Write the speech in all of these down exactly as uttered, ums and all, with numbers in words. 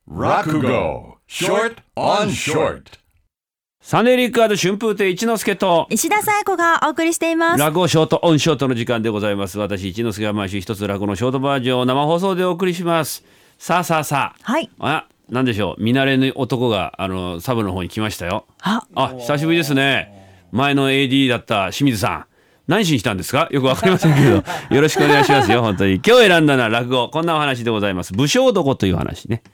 落語 Short on Short。 サンデーリッカード春風亭一之輔と石田紗友子がお送りしています。 落語ショートオンショートの時間でございます。私一之輔が毎週一つ落語のショートバージョンを生放送でお送りします。さあさあさあ、 はい、 あ、なんでしょう、見慣れぬ男があのサブの方に来ましたよ。 ああ、久しぶりですね。前の エーディー だった清水さん、何しに来たんですか？よくわかりませんけどよろしくお願いしますよ。本当に今日選んだのは落語、こんなお話でございます。武将男という話ね。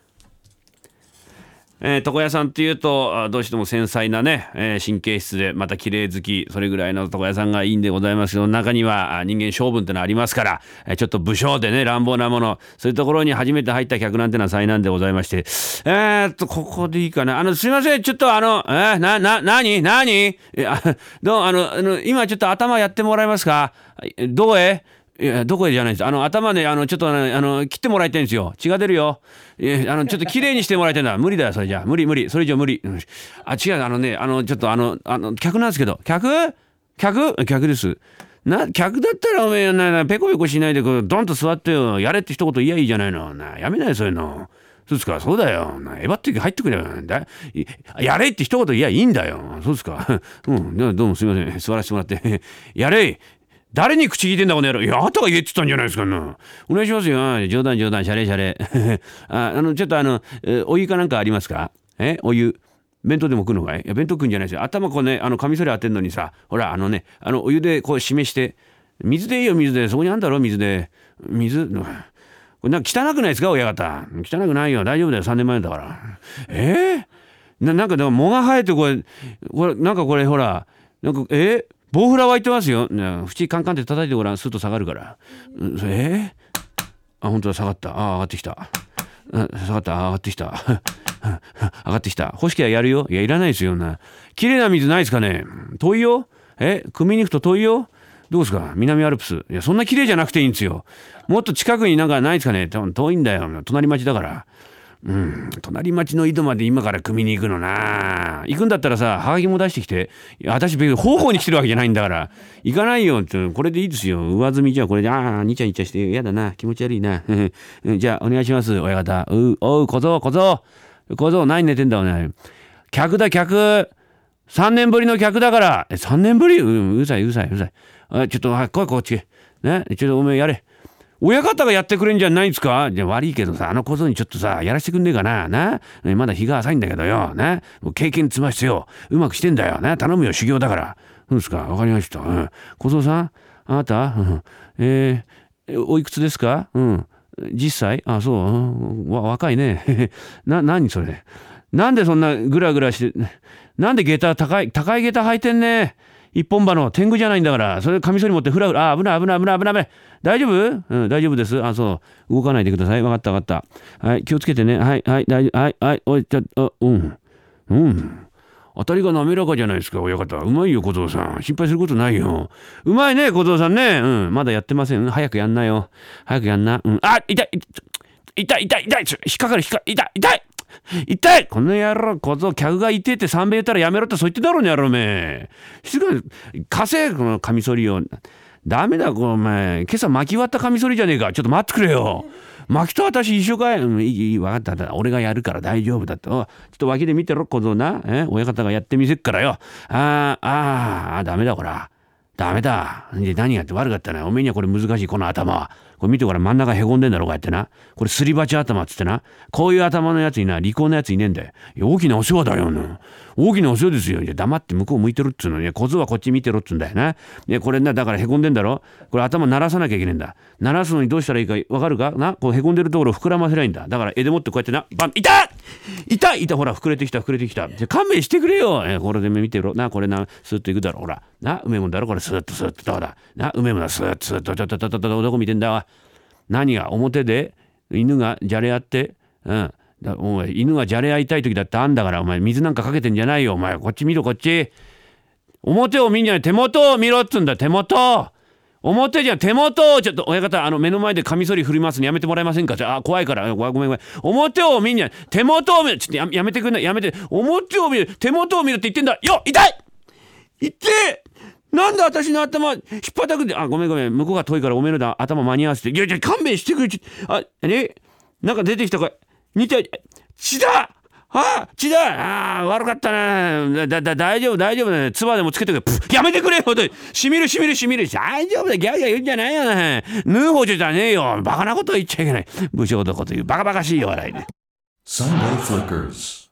えー、床屋さんっていうとどうしても繊細なね、えー、神経質でまた綺麗好き、それぐらいの床屋さんがいいんでございますけど、中には人間性分ってのありますから、えー、ちょっと武将でね、乱暴なもの、そういうところに初めて入った客なんてのは災難でございまして、えー、っとここでいいかな、あのすいません、ちょっとあの、えー、なな何何えあどうあのあの今ちょっと頭やってもらえますか？どこへ？いや、どこへじゃないです。あの頭ね、あのちょっとあの切ってもらいたいんですよ。血が出るよ。いや、あのちょっと綺麗にしてもらいたいんだ。無理だよ、それじゃ無理無理、それ以上無理。うん、あ、違う、あのね、あのちょっとあのあの客なんですけど、客客客です。な、客だったらおめえななペコペコしないでこうドンと座ってよ、やれって一言言えばいいじゃないの。な、やめないよそういうの。そうですか、そうだよ。な、えばって入ってくれよ。だ、やれって一言言えばいいんだよ。そうですか。うん、どうもすいません、座らせてもらってやれ。誰に口聞いてんだこの野郎。いや、あたが言えって言ったんじゃないですかな。お願いしますよ。冗談冗談、シャレシャレああのちょっとあの、えー、お湯かなんかありますか？えお湯弁当でも食うのかい？いや、弁当食うんじゃないですよ。頭こうね、あのカミソリ当てんのにさ、ほらあのね、あのお湯でこう示して、水でいいよ、水で。そこにあんだろ、水で。水これなんか汚くないですか親方？汚くないよ、大丈夫だよ、さんねんまえだから。えー、な, なんかでも藻が生えてこれこれなんかこれほらなんかえーボウフラ湧いてますよ。縁カンカンって叩いてごらん、スッと下がるから。えー、あ、本当だ、下がった。あ、上がってきた。下がった。あ、上がってきた。上がってきた。欲しきゃやるよ。いや、いらないですよな。綺麗な水ないですかね？遠いよ。え、汲みに行くと遠いよ。どうですか？南アルプス。いや、そんな綺麗じゃなくていいんですよ。もっと近くになんかないですかね？多分遠いんだよ。隣町だから。うん、隣町の井戸まで今から汲みに行くのな。行くんだったらさ、はがきも出してきて。いや、私別に方向に来てるわけじゃないんだから行かないよって。これでいいですよ。上積みじゃこれで、ああ、にちゃにちゃしてやだな、気持ち悪いなじゃあお願いします、親方。うおう、小僧小僧小僧、何寝てんだお前。客だ客、さんねんぶりの客だから。え、さんねんぶり？うん、うざいうざいうざい。あ、ちょっとはい、来いこっちね、ちょっとお前やれ。親方がやってくれんじゃないんですか？じゃ悪いけどさ、あの小僧にちょっとさやらせてくんねえかな。な、まだ日が浅いんだけどよ。な、経験積ましてよ、うまくしてんだよな。頼むよ、修行だから。そうですか、わかりました。うん、小僧さん、あなた、うん、えー、おいくつですか？うん、じゅっさい？あ、そう、うん、わ若いねな、何それ、なんでそんなグラグラして、なんで下駄高い高い下駄履いてんね。一本歯の天狗じゃないんだから。それカミソリ持ってフラフラ。あ、危ない危ない危ない危ない危ない。大丈夫？うん、大丈夫です。あ、そう。動かないでください。分かった分かった。はい、気をつけてね。はいはい、大丈夫。はいはい、おい、ちょっと、うん。うん。当たりが滑らかじゃないですか、親方。うまいよ、小僧さん。心配することないよ。うまいね、小僧さんね。うん、まだやってません。早くやんなよ。早くやんな。うん。あ、痛い痛い痛い痛い。引っかかる、引っかかる。痛い痛い痛い、この野郎、小僧、客が痛いって三べ言ったらやめろってそう言ってだろうね、やろうめ。しろ、稼い、このカミソリを。ダメだ、このお前。今朝巻き割ったカミソリじゃねえか。ちょっと待ってくれよ。巻きと私一緒かい？うん、いい、いい、分かった。俺がやるから大丈夫だって。お、ちょっと脇で見てろ、小僧な。え、親方がやってみせっからよ。あー、あー、ダメだ、こら。ダメだ。で、何やって悪かったな。おめえにはこれ難しい、この頭は。これ見てから真ん中へこんでんだろうかやってな。これすり鉢頭っつってな。こういう頭のやつにな、利口なやついねえんだよ。いや、大きなお世話だよな。大きなお世話ですよ。いや、黙って向こう向いてるっつうのに、小僧はこっち見てろっつうんだよな。いや、これな、だからへこんでんだろ。これ頭鳴らさなきゃいけねえんだ。鳴らすのにどうしたらいいかわかるかな。こうへこんでるところを膨らませないんだ。だから絵でもってこうやってな、バン、痛い痛い痛い、ほら、膨れてきた膨れてきた。じゃ勘弁してくれよ。え、これで見てろ。な、これな、スーッといくだろ。ほら。な、うめえもんだろ。これスーッとスーッとどうだ。な、うめえもんだ。スーッとスーッと、ちょっと、ちょっと、どこ見てんだ。何が表で犬がじゃれ合って、うん、だお前犬がじゃれ合いたい時だってあんだから、お前水なんかかけてんじゃないよ。お前こっち見ろ、こっち。表を見んじゃない、手元を見ろっつうんだ。手元、表じゃん、手元を。ちょっと親方、あの目の前でカミソリ振りますのやめてもらえませんか？あ、怖いから。ごめんごめん。表を見んじゃない、手元を見る。ちょっと や, やめてくんない、やめて。表を見る、手元を見るって言ってんだよ。痛い痛い、なんで私の頭引っ張くんで。あ、ごめんごめん、向こうが遠いからおめえの頭間に合わせて。いやいや、勘弁してくれ。あ、ね、なんか出てきたか。 似て血だあ血だあ悪かったねだだ大丈夫大丈夫ね唾でもつけてくれやめてくれよしみるしみるしみる大丈夫だギャーギャー言うんじゃないよねヌーホジョじゃねえよバカなこと言っちゃいけない武将のこと言うバカバカしいよ笑いね。 Sunday Flickers